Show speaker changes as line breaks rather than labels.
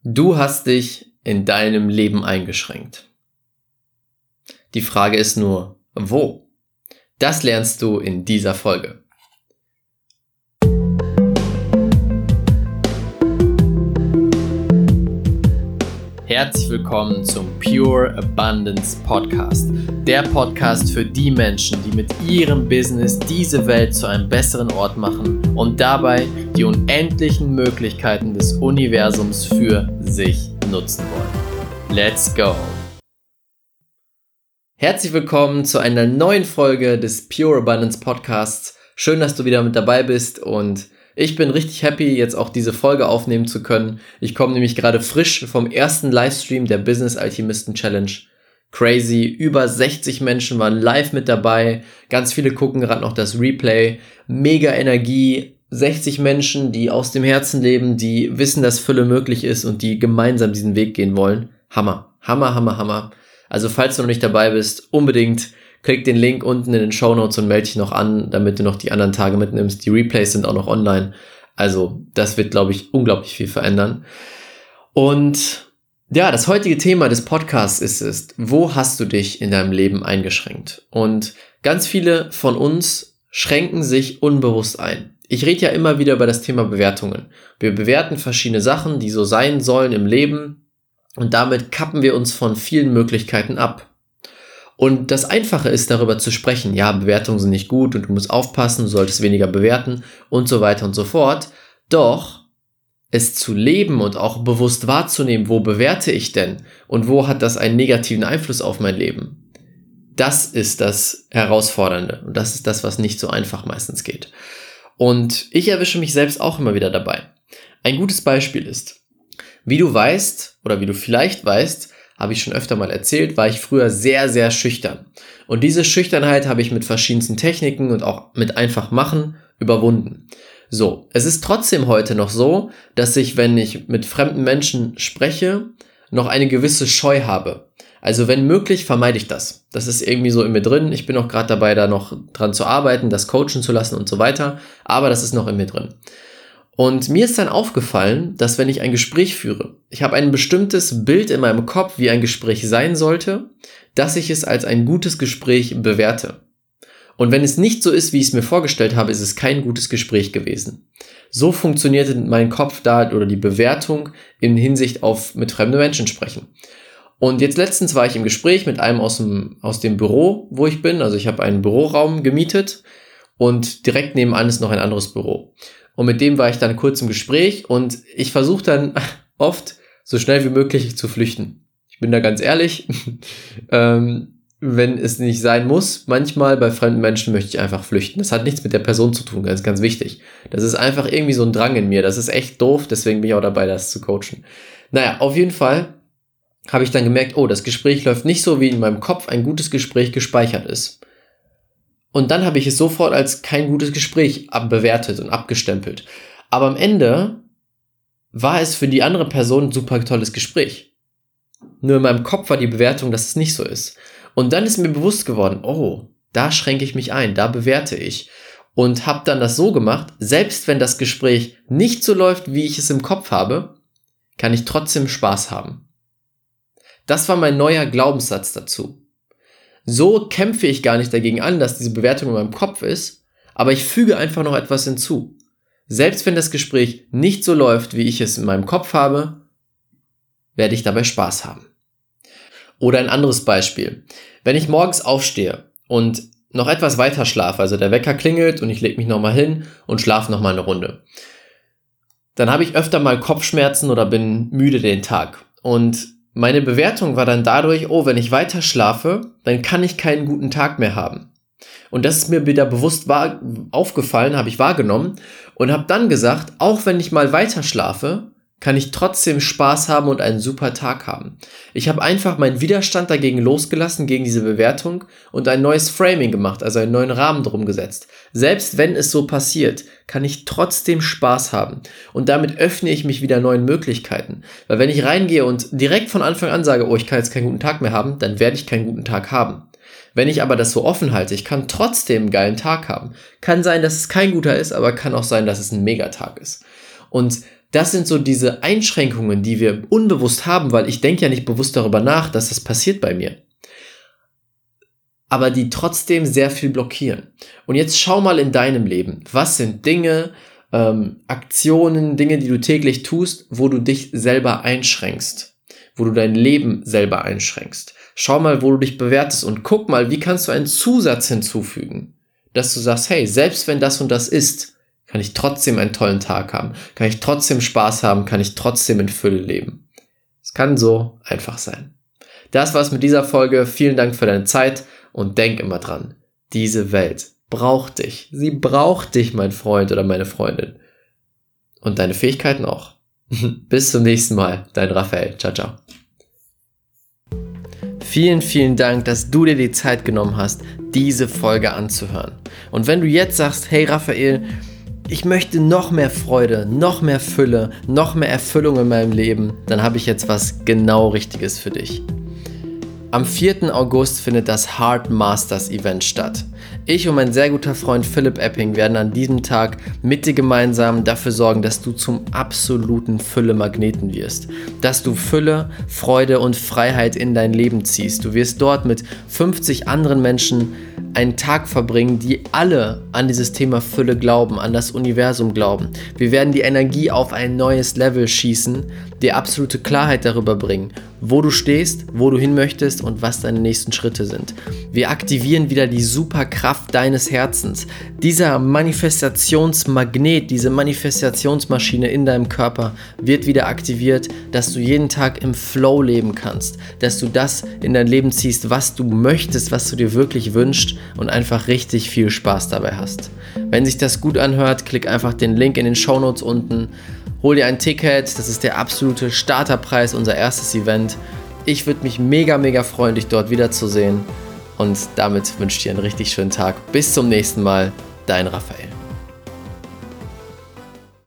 Du hast dich in deinem Leben eingeschränkt. Die Frage ist nur, wo? Das lernst du in dieser Folge. Herzlich willkommen zum Pure Abundance Podcast. Der Podcast für die Menschen, die mit ihrem Business diese Welt zu einem besseren Ort machen und dabei die unendlichen Möglichkeiten des Universums für sich nutzen wollen. Let's go! Herzlich willkommen zu einer neuen Folge des Pure Abundance Podcasts. Schön, dass du wieder mit dabei bist und ich bin richtig happy, jetzt auch diese Folge aufnehmen zu können. Ich komme nämlich gerade frisch vom ersten Livestream der Business Alchemisten Challenge. Crazy, über 60 Menschen waren live mit dabei. Ganz viele gucken gerade noch das Replay. Mega Energie, 60 Menschen, die aus dem Herzen leben, die wissen, dass Fülle möglich ist und die gemeinsam diesen Weg gehen wollen. Hammer, Hammer, Hammer, Hammer. Also falls du noch nicht dabei bist, unbedingt klick den Link unten in den Shownotes und melde dich noch an, damit du noch die anderen Tage mitnimmst. Die Replays sind auch noch online. Also das wird, glaube ich, unglaublich viel verändern. Und ja, das heutige Thema des Podcasts ist, wo hast du dich in deinem Leben eingeschränkt? Und ganz viele von uns schränken sich unbewusst ein. Ich rede ja immer wieder über das Thema Bewertungen. Wir bewerten verschiedene Sachen, die so sein sollen im Leben. Und damit kappen wir uns von vielen Möglichkeiten ab. Und das Einfache ist, darüber zu sprechen, ja, Bewertungen sind nicht gut und du musst aufpassen, du solltest weniger bewerten und so weiter und so fort. Doch es zu leben und auch bewusst wahrzunehmen, wo bewerte ich denn und wo hat das einen negativen Einfluss auf mein Leben, das ist das Herausfordernde und das ist das, was nicht so einfach meistens geht. Und ich erwische mich selbst auch immer wieder dabei. Ein gutes Beispiel ist, wie du weißt oder wie du vielleicht weißt, habe ich schon öfter mal erzählt, war ich früher sehr, sehr schüchtern. Und diese Schüchternheit habe ich mit verschiedensten Techniken und auch mit einfach machen überwunden. So, es ist trotzdem heute noch so, dass ich, wenn ich mit fremden Menschen spreche, noch eine gewisse Scheu habe. Also wenn möglich, vermeide ich das. Das ist irgendwie so in mir drin. Ich bin auch gerade dabei, da noch dran zu arbeiten, das coachen zu lassen und so weiter. Aber das ist noch in mir drin. Und mir ist dann aufgefallen, dass wenn ich ein Gespräch führe, ich habe ein bestimmtes Bild in meinem Kopf, wie ein Gespräch sein sollte, dass ich es als ein gutes Gespräch bewerte. Und wenn es nicht so ist, wie ich es mir vorgestellt habe, ist es kein gutes Gespräch gewesen. So funktionierte mein Kopf da oder die Bewertung in Hinsicht auf mit fremden Menschen sprechen. Und jetzt letztens war ich im Gespräch mit einem aus dem Büro, wo ich bin. Also ich habe einen Büroraum gemietet und direkt nebenan ist noch ein anderes Büro. Und mit dem war ich dann kurz im Gespräch und ich versuche dann oft so schnell wie möglich zu flüchten. Ich bin da ganz ehrlich, wenn es nicht sein muss, manchmal bei fremden Menschen möchte ich einfach flüchten. Das hat nichts mit der Person zu tun, ganz, ganz wichtig. Das ist einfach irgendwie so ein Drang in mir, das ist echt doof, deswegen bin ich auch dabei, das zu coachen. Naja, auf jeden Fall habe ich dann gemerkt, oh, das Gespräch läuft nicht so, wie in meinem Kopf ein gutes Gespräch gespeichert ist. Und dann habe ich es sofort als kein gutes Gespräch bewertet und abgestempelt. Aber am Ende war es für die andere Person ein super tolles Gespräch. Nur in meinem Kopf war die Bewertung, dass es nicht so ist. Und dann ist mir bewusst geworden, oh, da schränke ich mich ein, da bewerte ich. Und habe dann das so gemacht, selbst wenn das Gespräch nicht so läuft, wie ich es im Kopf habe, kann ich trotzdem Spaß haben. Das war mein neuer Glaubenssatz dazu. So kämpfe ich gar nicht dagegen an, dass diese Bewertung in meinem Kopf ist, aber ich füge einfach noch etwas hinzu. Selbst wenn das Gespräch nicht so läuft, wie ich es in meinem Kopf habe, werde ich dabei Spaß haben. Oder ein anderes Beispiel. Wenn ich morgens aufstehe und noch etwas weiter schlafe, also der Wecker klingelt und ich lege mich nochmal hin und schlafe nochmal eine Runde, dann habe ich öfter mal Kopfschmerzen oder bin müde den Tag. Und meine Bewertung war dann dadurch, oh, wenn ich weiter schlafe, dann kann ich keinen guten Tag mehr haben. Und das ist mir wieder bewusst aufgefallen, habe ich wahrgenommen und habe dann gesagt, auch wenn ich mal weiter schlafe, kann ich trotzdem Spaß haben und einen super Tag haben. Ich habe einfach meinen Widerstand dagegen losgelassen, gegen diese Bewertung und ein neues Framing gemacht, also einen neuen Rahmen drum gesetzt. Selbst wenn es so passiert, kann ich trotzdem Spaß haben. Und damit öffne ich mich wieder neuen Möglichkeiten. Weil wenn ich reingehe und direkt von Anfang an sage, oh, ich kann jetzt keinen guten Tag mehr haben, dann werde ich keinen guten Tag haben. Wenn ich aber das so offen halte, ich kann trotzdem einen geilen Tag haben. Kann sein, dass es kein guter ist, aber kann auch sein, dass es ein Megatag ist. Und das sind so diese Einschränkungen, die wir unbewusst haben, weil ich denke ja nicht bewusst darüber nach, dass das passiert bei mir. Aber die trotzdem sehr viel blockieren. Und jetzt schau mal in deinem Leben. Was sind Dinge, Aktionen, Dinge, die du täglich tust, wo du dich selber einschränkst, wo du dein Leben selber einschränkst. Schau mal, wo du dich bewertest und guck mal, wie kannst du einen Zusatz hinzufügen, dass du sagst, hey, selbst wenn das und das ist, kann ich trotzdem einen tollen Tag haben, kann ich trotzdem Spaß haben, kann ich trotzdem in Fülle leben. Es kann so einfach sein. Das war's mit dieser Folge. Vielen Dank für deine Zeit und denk immer dran, diese Welt braucht dich. Sie braucht dich, mein Freund oder meine Freundin. Und deine Fähigkeiten auch. Bis zum nächsten Mal. Dein Raphael. Ciao, ciao. Vielen, vielen Dank, dass du dir die Zeit genommen hast, diese Folge anzuhören. Und wenn du jetzt sagst, hey Raphael, ich möchte noch mehr Freude, noch mehr Fülle, noch mehr Erfüllung in meinem Leben, dann habe ich jetzt was genau Richtiges für dich. Am 4. August findet das Heart Masters Event statt. Ich und mein sehr guter Freund Philipp Epping werden an diesem Tag mit dir gemeinsam dafür sorgen, dass du zum absoluten Fülle-Magneten wirst. Dass du Fülle, Freude und Freiheit in dein Leben ziehst. Du wirst dort mit 50 anderen Menschen einen Tag verbringen, die alle an dieses Thema Fülle glauben, an das Universum glauben. Wir werden die Energie auf ein neues Level schießen, dir absolute Klarheit darüber bringen, wo du stehst, wo du hin möchtest und was deine nächsten Schritte sind. Wir aktivieren wieder die Superkraft deines Herzens. Dieser Manifestationsmagnet, diese Manifestationsmaschine in deinem Körper wird wieder aktiviert, dass du jeden Tag im Flow leben kannst, dass du das in dein Leben ziehst, was du möchtest, was du dir wirklich wünschst und einfach richtig viel Spaß dabei hast. Wenn sich das gut anhört, klick einfach den Link in den Shownotes unten. Hol dir ein Ticket, das ist der absolute Starterpreis, unser erstes Event. Ich würde mich mega, mega freuen, dich dort wiederzusehen. Und damit wünsche ich dir einen richtig schönen Tag. Bis zum nächsten Mal, dein Raphael.